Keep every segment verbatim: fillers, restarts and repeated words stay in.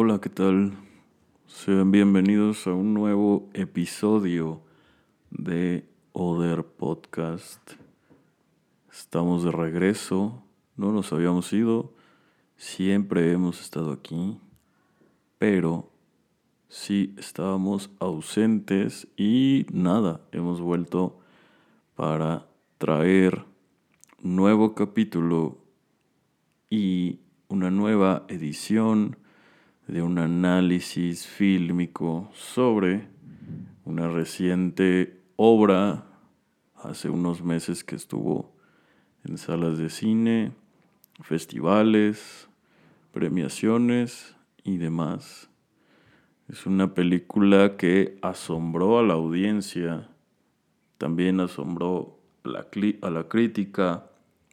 Hola, ¿qué tal? Sean bienvenidos a un nuevo episodio de Other Podcast. Estamos de regreso, no nos habíamos ido, siempre hemos estado aquí, pero sí estábamos ausentes y nada, hemos vuelto para traer un nuevo capítulo y una nueva edición de un análisis fílmico sobre una reciente obra hace unos meses que estuvo en salas de cine, festivales, premiaciones y demás. Es una película que asombró a la audiencia, también asombró a la, cli- a la crítica,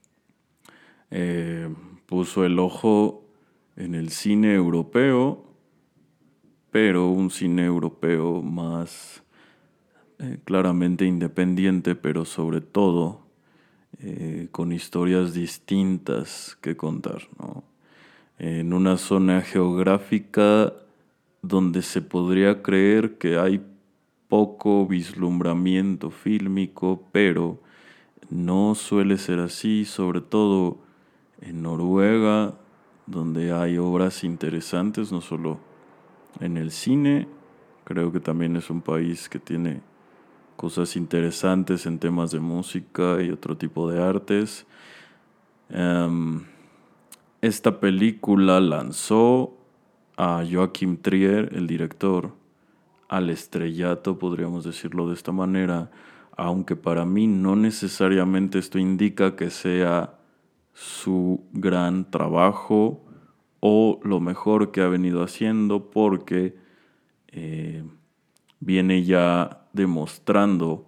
eh, puso el ojo en el cine europeo, pero un cine europeo más eh, claramente independiente, pero sobre todo eh, con historias distintas que contar, ¿no? En una zona geográfica donde se podría creer que hay poco vislumbramiento fílmico, pero no suele ser así, sobre todo en Noruega, donde hay obras interesantes, no solo en el cine. Creo que también es un país que tiene cosas interesantes en temas de música y otro tipo de artes. Um, esta película lanzó a Joachim Trier, el director, al estrellato, podríamos decirlo de esta manera, aunque para mí no necesariamente esto indica que sea su gran trabajo o lo mejor que ha venido haciendo, porque eh, viene ya demostrando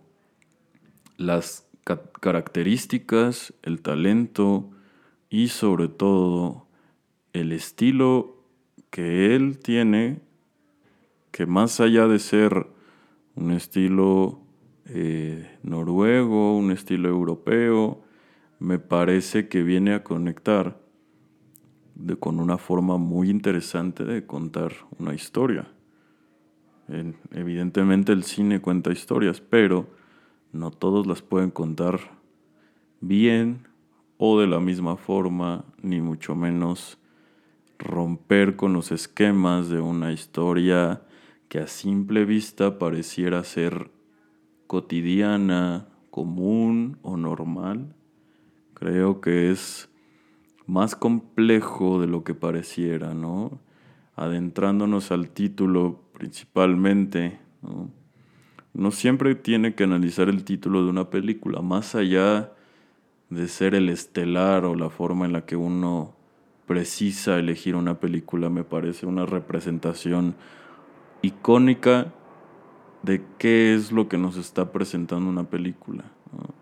las ca- características, el talento y sobre todo el estilo que él tiene, que más allá de ser un estilo eh, noruego, un estilo europeo, me parece que viene a conectar de, con una forma muy interesante de contar una historia. En- evidentemente el cine cuenta historias, pero no todos las pueden contar bien o de la misma forma, ni mucho menos romper con los esquemas de una historia que a simple vista pareciera ser cotidiana, común o normal. Creo que es más complejo de lo que pareciera, ¿no? Adentrándonos al título principalmente, ¿no? Uno siempre tiene que analizar el título de una película, más allá de ser el estelar o la forma en la que uno precisa elegir una película. Me parece una representación icónica de qué es lo que nos está presentando una película, ¿no?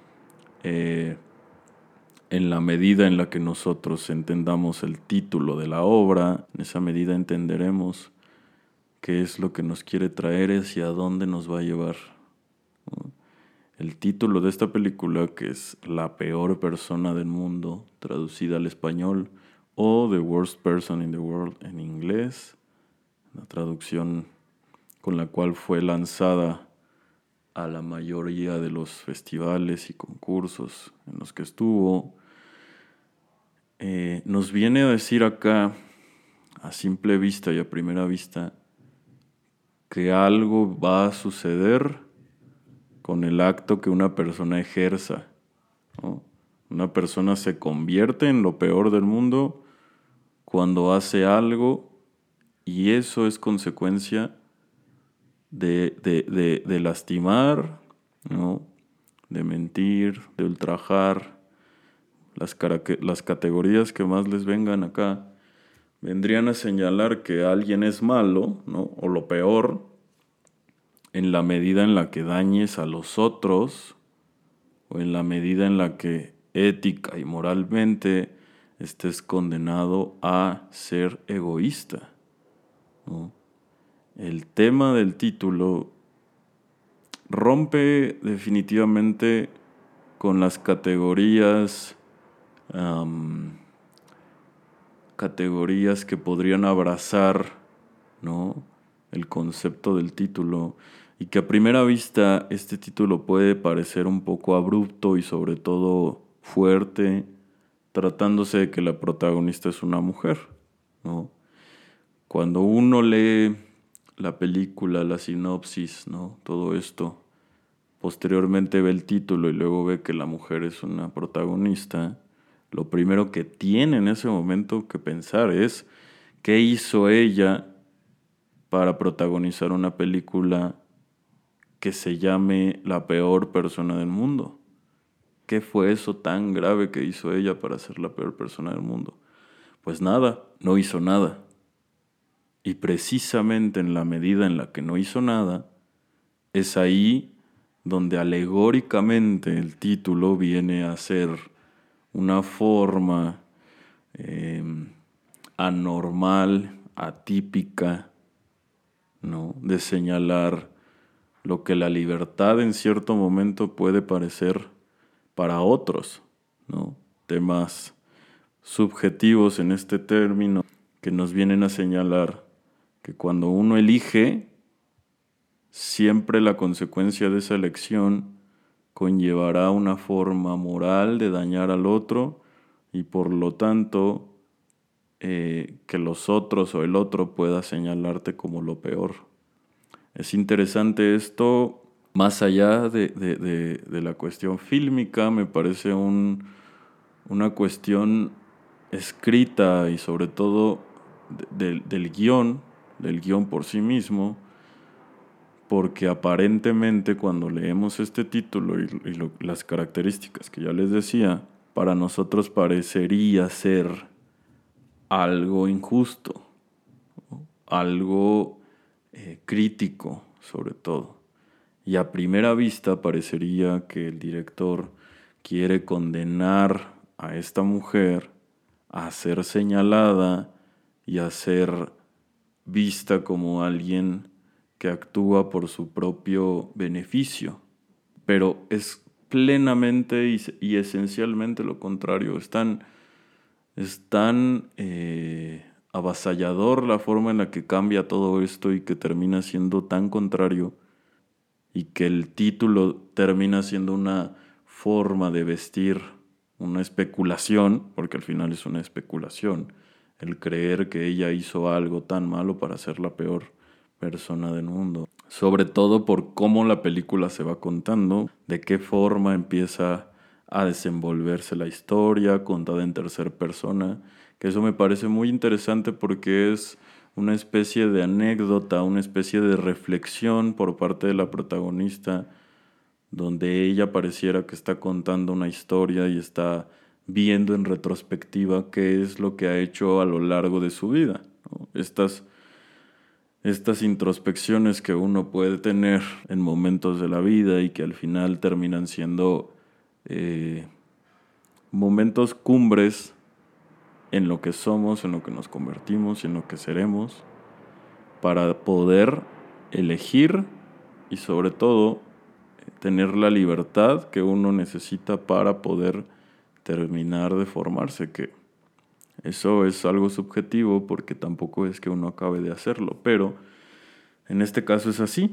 Eh, en la medida en la que nosotros entendamos el título de la obra, en esa medida entenderemos qué es lo que nos quiere traer y hacia dónde nos va a llevar, ¿no? El título de esta película, que es La peor persona del mundo, traducida al español, o The Worst Person in the World en inglés, la traducción con la cual fue lanzada a la mayoría de los festivales y concursos en los que estuvo, eh, nos viene a decir acá, a simple vista y a primera vista, que algo va a suceder con el acto que una persona ejerza, ¿no? Una persona se convierte en lo peor del mundo cuando hace algo y eso es consecuencia de, de, de, de lastimar, ¿no? De mentir, de ultrajar. Las, cara- las categorías que más les vengan acá vendrían a señalar que alguien es malo, ¿no? O lo peor, en la medida en la que dañes a los otros o en la medida en la que ética y moralmente estés condenado a ser egoísta, ¿no? El tema del título rompe definitivamente con las categorías um, categorías que podrían abrazar, ¿no?, el concepto del título, y que a primera vista este título puede parecer un poco abrupto y sobre todo fuerte, tratándose de que la protagonista es una mujer, ¿no? Cuando uno lee la película, la sinopsis, ¿no?, todo esto, posteriormente ve el título y luego ve que la mujer es una protagonista, lo primero que tiene en ese momento que pensar es qué hizo ella para protagonizar una película que se llame La peor persona del mundo. ¿Qué fue eso tan grave que hizo ella para ser la peor persona del mundo? Pues nada, no hizo nada. Y precisamente en la medida en la que no hizo nada, es ahí donde alegóricamente el título viene a ser una forma eh, anormal, atípica, ¿no?, de señalar lo que la libertad en cierto momento puede parecer para otros, ¿no? Temas subjetivos en este término que nos vienen a señalar que cuando uno elige, siempre la consecuencia de esa elección conllevará una forma moral de dañar al otro y por lo tanto eh, que los otros o el otro pueda señalarte como lo peor. Es interesante esto, más allá de, de, de, de la cuestión fílmica, me parece un, una cuestión escrita y sobre todo de, de, del guión, del guión por sí mismo, porque aparentemente cuando leemos este título y, y lo, las características que ya les decía, para nosotros parecería ser algo injusto, ¿no?, algo eh, crítico sobre todo. Y a primera vista parecería que el director quiere condenar a esta mujer a ser señalada y a ser vista como alguien que actúa por su propio beneficio. Pero es plenamente y, y esencialmente lo contrario. Es tan, es tan eh, avasallador la forma en la que cambia todo esto y que termina siendo tan contrario, y que el título termina siendo una forma de vestir una especulación, porque al final es una especulación, el creer que ella hizo algo tan malo para ser la peor persona del mundo. Sobre todo por cómo la película se va contando, de qué forma empieza a desenvolverse la historia, contada en tercera persona, que eso me parece muy interesante porque es una especie de anécdota, una especie de reflexión por parte de la protagonista, donde ella pareciera que está contando una historia y está viendo en retrospectiva qué es lo que ha hecho a lo largo de su vida, ¿no? Estas, estas introspecciones que uno puede tener en momentos de la vida y que al final terminan siendo eh, momentos cumbres en lo que somos, en lo que nos convertimos, en lo que seremos, para poder elegir y sobre todo tener la libertad que uno necesita para poder terminar de formarse, que eso es algo subjetivo porque tampoco es que uno acabe de hacerlo, pero en este caso es así.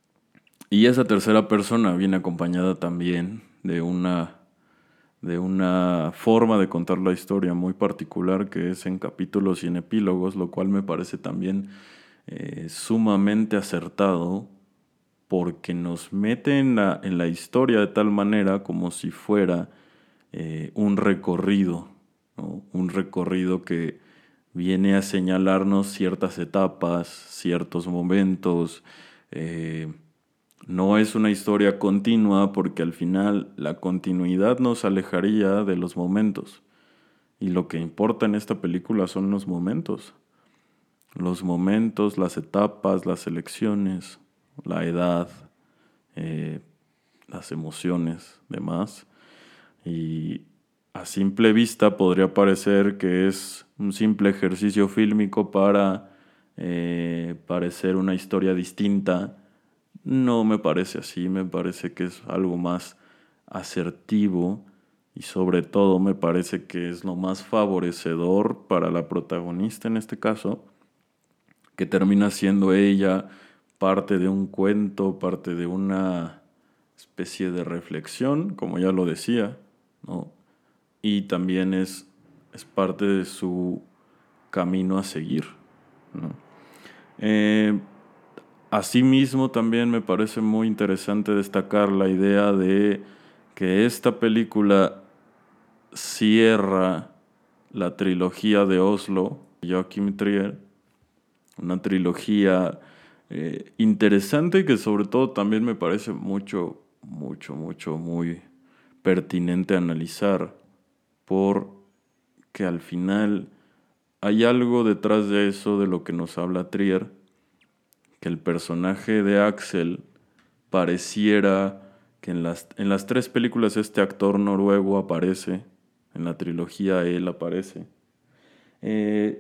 Y esa tercera persona viene acompañada también de una de una forma de contar la historia muy particular que es en capítulos y en epílogos, lo cual me parece también eh, sumamente acertado porque nos mete en la, en la historia de tal manera como si fuera eh, un recorrido, ¿no? Un recorrido que viene a señalarnos ciertas etapas, ciertos momentos. eh, No es una historia continua porque al final la continuidad nos alejaría de los momentos. Y lo que importa en esta película son los momentos. Los momentos, las etapas, las elecciones, la edad, eh, las emociones, demás. Y a simple vista podría parecer que es un simple ejercicio fílmico para eh, parecer una historia distinta. No me parece así, me parece que es algo más asertivo y sobre todo me parece que es lo más favorecedor para la protagonista en este caso, que termina siendo ella parte de un cuento, parte de una especie de reflexión, como ya lo decía, ¿no? Y también es, es parte de su camino a seguir, ¿no? Eh, Asimismo, también me parece muy interesante destacar la idea de que esta película cierra la trilogía de Oslo, de Joachim Trier, una trilogía eh, interesante que sobre todo también me parece mucho, mucho, mucho, muy pertinente analizar, porque al final hay algo detrás de eso de lo que nos habla Trier, que el personaje de Axel pareciera que en las, en las tres películas este actor noruego aparece, en la trilogía él aparece. Eh,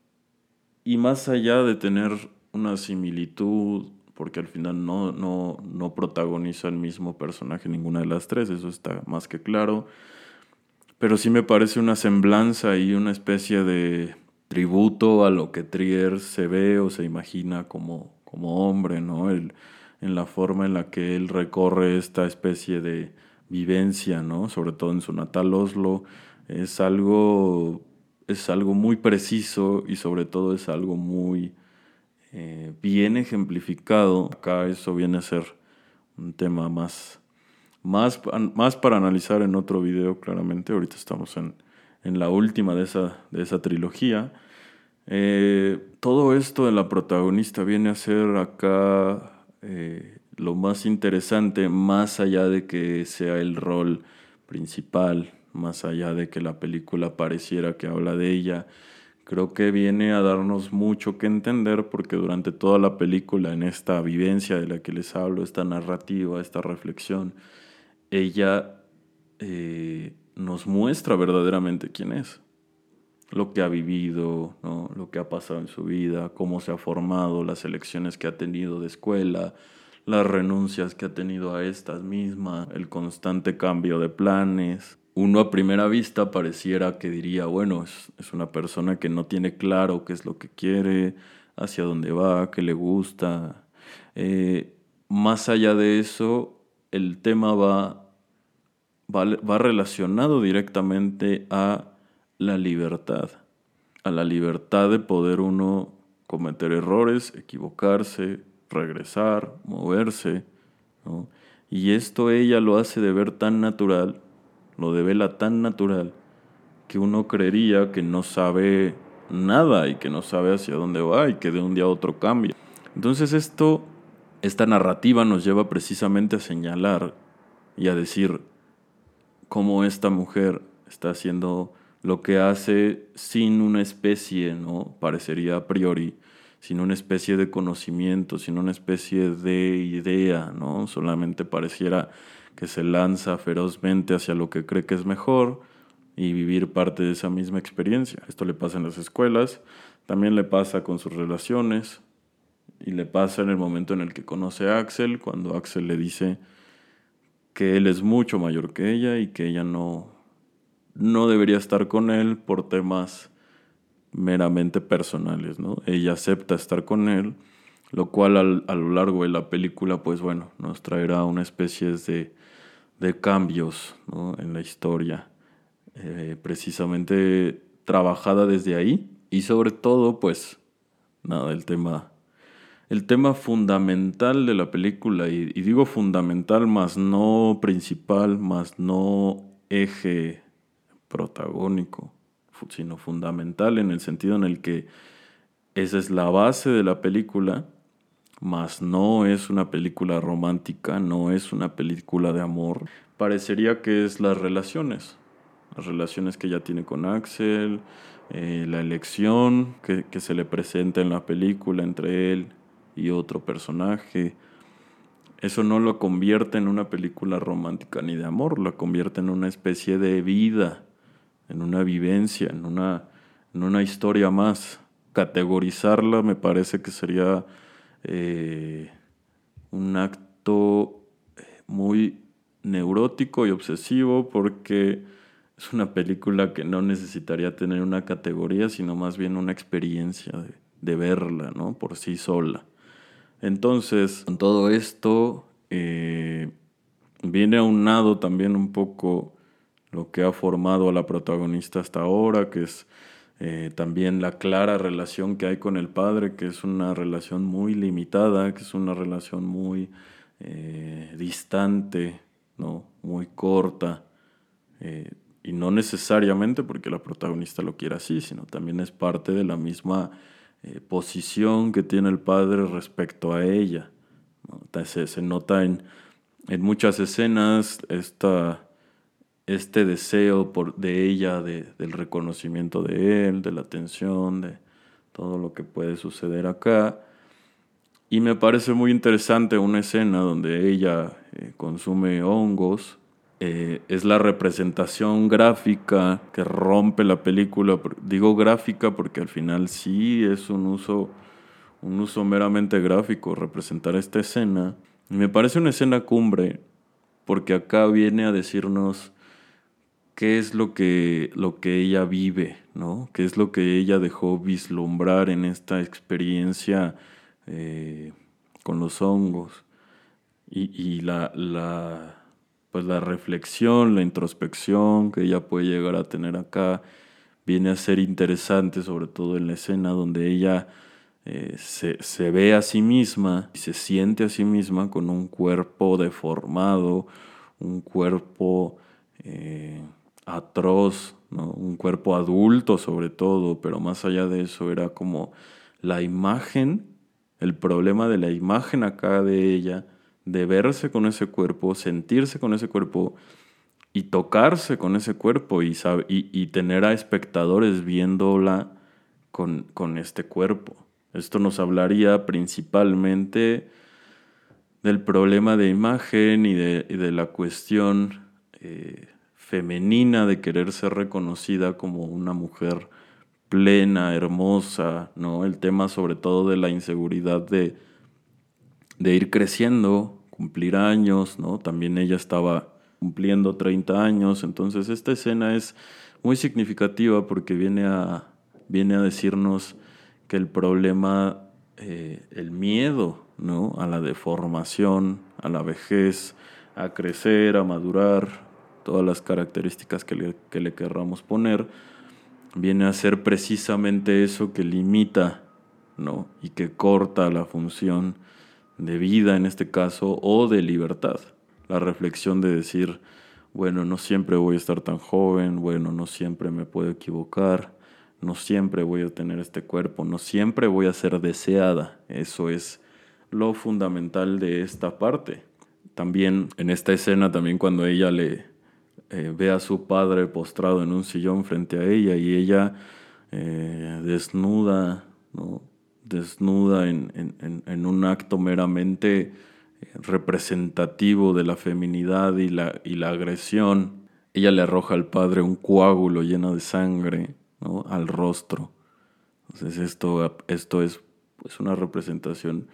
y más allá de tener una similitud, porque al final no, no, no protagoniza el mismo personaje ninguna de las tres, eso está más que claro, pero sí me parece una semblanza y una especie de tributo a lo que Trier se ve o se imagina como, como hombre, ¿no? El, en la forma en la que él recorre esta especie de vivencia, ¿no? Sobre todo en su natal Oslo, es algo, es algo muy preciso y sobre todo es algo muy eh, bien ejemplificado. Acá eso viene a ser un tema más más, más para analizar en otro video, claramente. Ahorita estamos en, en la última de esa, de esa trilogía. Eh, todo esto de la protagonista viene a ser acá eh, lo más interesante, más allá de que sea el rol principal, más allá de que la película pareciera que habla de ella. Creo que viene a darnos mucho que entender porque durante toda la película, en esta vivencia de la que les hablo, esta narrativa, esta reflexión, ella eh, nos muestra verdaderamente quién es, lo que ha vivido, ¿no? Lo que ha pasado en su vida, cómo se ha formado, las elecciones que ha tenido de escuela, las renuncias que ha tenido a estas mismas, el constante cambio de planes. Uno a primera vista pareciera que diría, bueno, es, es una persona que no tiene claro qué es lo que quiere, hacia dónde va, qué le gusta. Eh, Más allá de eso, el tema va va, va relacionado directamente a la libertad, a la libertad de poder uno cometer errores, equivocarse, regresar, moverse, ¿no? Y esto ella lo hace de ver tan natural, lo devela tan natural, que uno creería que no sabe nada y que no sabe hacia dónde va y que de un día a otro cambia. Entonces esto, esta narrativa nos lleva precisamente a señalar y a decir, cómo esta mujer está haciendo lo que hace sin una especie, ¿no? Parecería a priori, sin una especie de conocimiento, sin una especie de idea, ¿no? Solamente pareciera que se lanza ferozmente hacia lo que cree que es mejor y vivir parte de esa misma experiencia. Esto le pasa en las escuelas, también le pasa con sus relaciones y le pasa en el momento en el que conoce a Axel, cuando Axel le dice que él es mucho mayor que ella y que ella no, no debería estar con él por temas meramente personales, ¿no? Ella acepta estar con él, lo cual al, a lo largo de la película, pues bueno, nos traerá una especie de, de cambios, ¿no? En la historia, eh, precisamente trabajada desde ahí y sobre todo, pues nada, el tema el tema fundamental de la película, y, y digo fundamental más no principal, más no eje protagónico, fu- sino fundamental en el sentido en el que esa es la base de la película, más no es una película romántica, no es una película de amor. Parecería que es las relaciones, las relaciones que ella tiene con Axel, eh, la elección que, que se le presenta en la película entre él y otro personaje. Eso no lo convierte en una película romántica ni de amor, lo convierte en una especie de vida, en una vivencia, en una, en una historia más. Categorizarla me parece que sería eh, un acto muy neurótico y obsesivo porque es una película que no necesitaría tener una categoría, sino más bien una experiencia de, de verla, ¿no? Por sí sola. Entonces, con todo esto, eh, viene aunado también un poco lo que ha formado a la protagonista hasta ahora, que es eh, también la clara relación que hay con el padre, que es una relación muy limitada, que es una relación muy eh, distante, ¿no? Muy corta, eh, y no necesariamente porque la protagonista lo quiera así, sino también es parte de la misma eh, posición que tiene el padre respecto a ella, ¿no? Se, se nota en, en muchas escenas esta, este deseo por, de ella, de, del reconocimiento de él, de la atención, de todo lo que puede suceder acá. Y me parece muy interesante una escena donde ella eh, consume hongos. Eh, es la representación gráfica que rompe la película. Digo gráfica porque al final sí es un uso, un uso meramente gráfico representar esta escena. Y me parece una escena cumbre porque acá viene a decirnos qué es lo que, lo que ella vive, ¿no? Qué es lo que ella dejó vislumbrar en esta experiencia eh, con los hongos. Y, y la, la, pues la reflexión, la introspección que ella puede llegar a tener acá viene a ser interesante, sobre todo en la escena donde ella eh, se, se ve a sí misma y se siente a sí misma con un cuerpo deformado, un cuerpo eh, atroz, ¿no? Un cuerpo adulto sobre todo, pero más allá de eso era como la imagen, el problema de la imagen acá de ella, de verse con ese cuerpo, sentirse con ese cuerpo y tocarse con ese cuerpo y, sab- y, y tener a espectadores viéndola con, con este cuerpo. Esto nos hablaría principalmente del problema de imagen y de, y de la cuestión eh, femenina de querer ser reconocida como una mujer plena, hermosa, ¿no? El tema sobre todo de la inseguridad de, de ir creciendo, cumplir años, ¿no? También ella estaba cumpliendo treinta años, entonces esta escena es muy significativa porque viene a, viene a decirnos que el problema, eh, el miedo, ¿no? A la deformación, a la vejez, a crecer, a madurar, todas las características que le, que le querramos poner, viene a ser precisamente eso que limita, ¿no? Y que corta la función de vida en este caso o de libertad. La reflexión de decir, bueno, no siempre voy a estar tan joven, bueno, no siempre me puedo equivocar, no siempre voy a tener este cuerpo, no siempre voy a ser deseada. Eso es lo fundamental de esta parte. También en esta escena, también cuando ella le eh, ve a su padre postrado en un sillón frente a ella y ella eh, desnuda, ¿no? Desnuda en, en, en, en un acto meramente eh, representativo de la feminidad y la, y la agresión. Ella le arroja al padre un coágulo lleno de sangre, ¿no? Al rostro. Entonces esto, esto es pues, una representación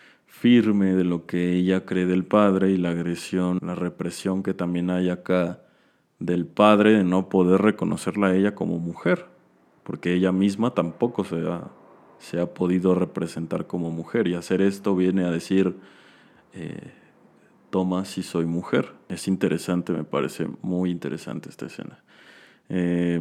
firme de lo que ella cree del padre y la agresión, la represión que también hay acá del padre de no poder reconocerla a ella como mujer, porque ella misma tampoco se ha, se ha podido representar como mujer y hacer esto viene a decir, eh, toma si soy mujer. Es interesante, me parece muy interesante esta escena. Eh,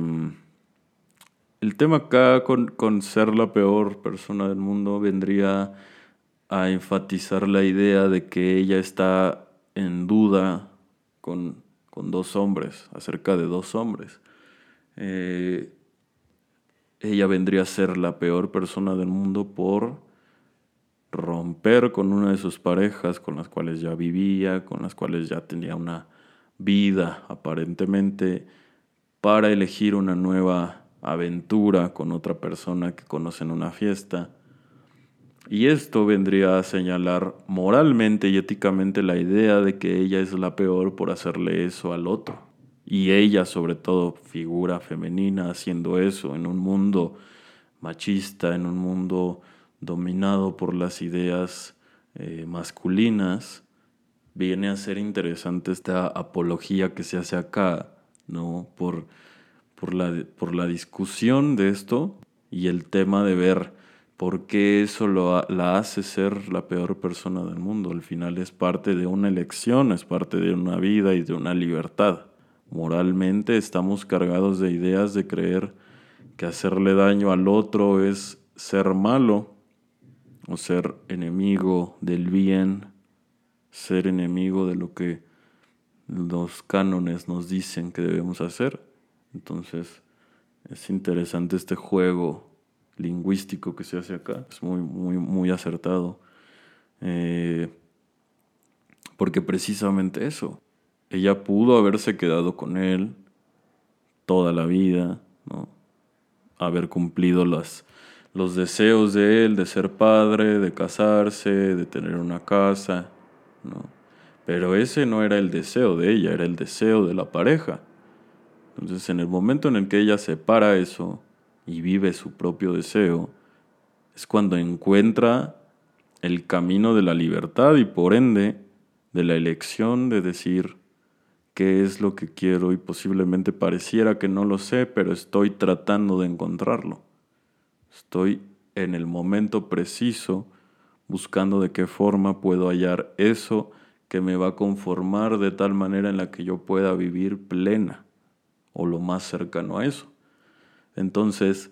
el tema acá con, con ser la peor persona del mundo vendría a enfatizar la idea de que ella está en duda con, con dos hombres, acerca de dos hombres. Eh, ella vendría a ser la peor persona del mundo por romper con una de sus parejas con las cuales ya vivía, con las cuales ya tenía una vida aparentemente, para elegir una nueva aventura con otra persona que conoce en una fiesta. Y esto vendría a señalar moralmente y éticamente la idea de que ella es la peor por hacerle eso al otro. Y ella, sobre todo, figura femenina, haciendo eso en un mundo machista, en un mundo dominado por las ideas eh, masculinas, viene a ser interesante esta apología que se hace acá ¿no? Por, por la, por la discusión de esto y el tema de ver por qué eso lo, ha- la hace ser la peor persona del mundo. Al final es parte de una elección, es parte de una vida y de una libertad. Moralmente estamos cargados de ideas de creer que hacerle daño al otro es ser malo o ser enemigo del bien, ser enemigo de lo que los cánones nos dicen que debemos hacer. Entonces, es interesante este juego lingüístico que se hace acá. Es muy, muy, muy acertado. Eh, porque precisamente eso. Ella pudo haberse quedado con él toda la vida, ¿no? Haber cumplido las, los deseos de él de ser padre, de casarse, de tener una casa, ¿no? Pero ese no era el deseo de ella, era el deseo de la pareja. Entonces, en el momento en el que ella separa eso y vive su propio deseo, es cuando encuentra el camino de la libertad y por ende de la elección de decir qué es lo que quiero y posiblemente pareciera que no lo sé, pero estoy tratando de encontrarlo. Estoy en el momento preciso buscando de qué forma puedo hallar eso que me va a conformar de tal manera en la que yo pueda vivir plena o lo más cercano a eso. Entonces,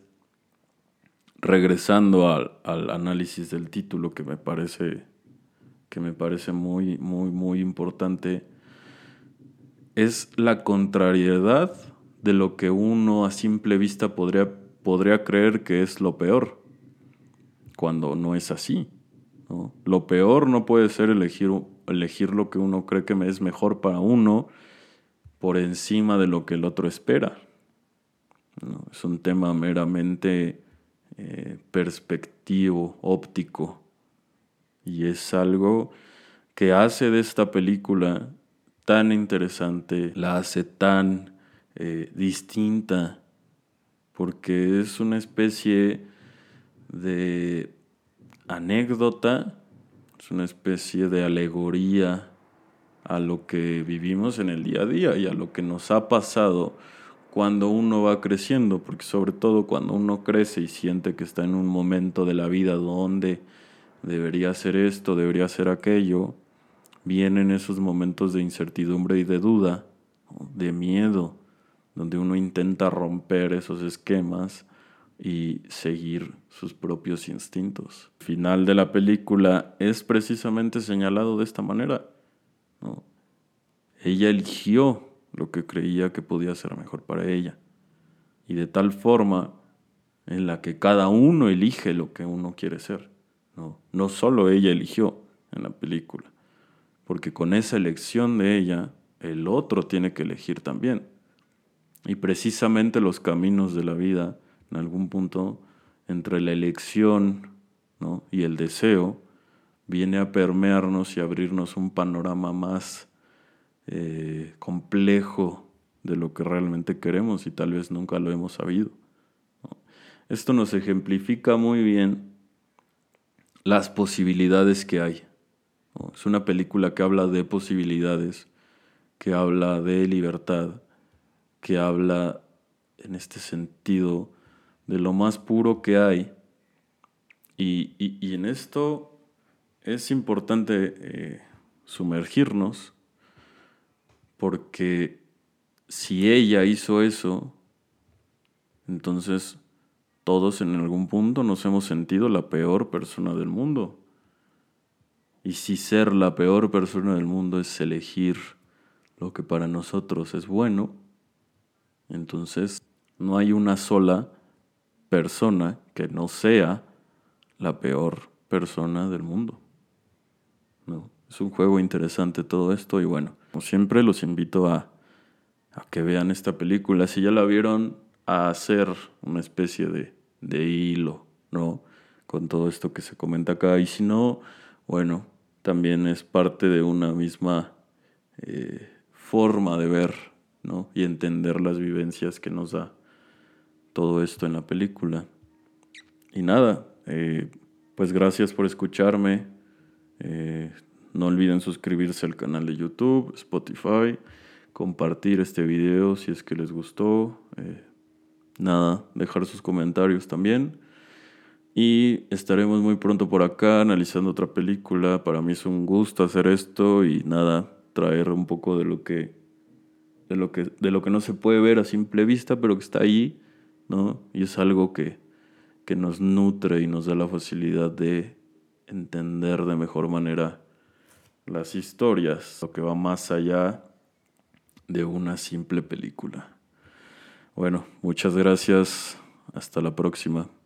regresando al, al análisis del título que me parece, que me parece muy, muy, muy importante, es la contrariedad de lo que uno a simple vista podría, podría creer que es lo peor, cuando no es así, ¿no? Lo peor no puede ser elegir, elegir lo que uno cree que es mejor para uno por encima de lo que el otro espera, ¿no? Es un tema meramente eh, perspectivo, óptico, y es algo que hace de esta película tan interesante, la hace tan eh, distinta, porque es una especie de anécdota, es una especie de alegoría a lo que vivimos en el día a día y a lo que nos ha pasado cuando uno va creciendo, porque sobre todo cuando uno crece y siente que está en un momento de la vida donde debería hacer esto, debería hacer aquello, vienen esos momentos de incertidumbre y de duda, ¿no? De miedo, donde uno intenta romper esos esquemas y seguir sus propios instintos. El final de la película es precisamente señalado de esta manera, ¿no? Ella eligió lo que creía que podía ser mejor para ella, y de tal forma en la que cada uno elige lo que uno quiere ser, ¿no? No solo ella eligió en la película, porque con esa elección de ella, el otro tiene que elegir también. Y precisamente los caminos de la vida, en algún punto, entre la elección, ¿no?, y el deseo, viene a permearnos y abrirnos un panorama más eh, complejo de lo que realmente queremos y tal vez nunca lo hemos sabido, ¿no? Esto nos ejemplifica muy bien las posibilidades que hay, ¿no? Es una película que habla de posibilidades, que habla de libertad, que habla en este sentido de lo más puro que hay. Y, y- y en esto es importante eh, sumergirnos, porque si ella hizo eso, entonces todos en algún punto nos hemos sentido la peor persona del mundo. Y si ser la peor persona del mundo es elegir lo que para nosotros es bueno, entonces no hay una sola persona que no sea la peor persona del mundo, ¿no? Es un juego interesante todo esto y bueno, como siempre los invito a, a que vean esta película. Si ya la vieron, a hacer una especie de, de hilo, ¿no?, con todo esto que se comenta acá. Y si no, bueno, también es parte de una misma eh, forma de ver, ¿no?, y entender las vivencias que nos da todo esto en la película. Y nada, eh, pues gracias por escucharme. Eh, no olviden suscribirse al canal de YouTube, Spotify, compartir este video si es que les gustó. Eh, nada, dejar sus comentarios también. Y estaremos muy pronto por acá analizando otra película. Para mí es un gusto hacer esto y nada, traer un poco de lo que, de lo que, de lo que no se puede ver a simple vista, pero que está ahí, ¿no? Y es algo que, que nos nutre y nos da la facilidad de entender de mejor manera las historias, lo que va más allá de una simple película. Bueno, muchas gracias. Hasta la próxima.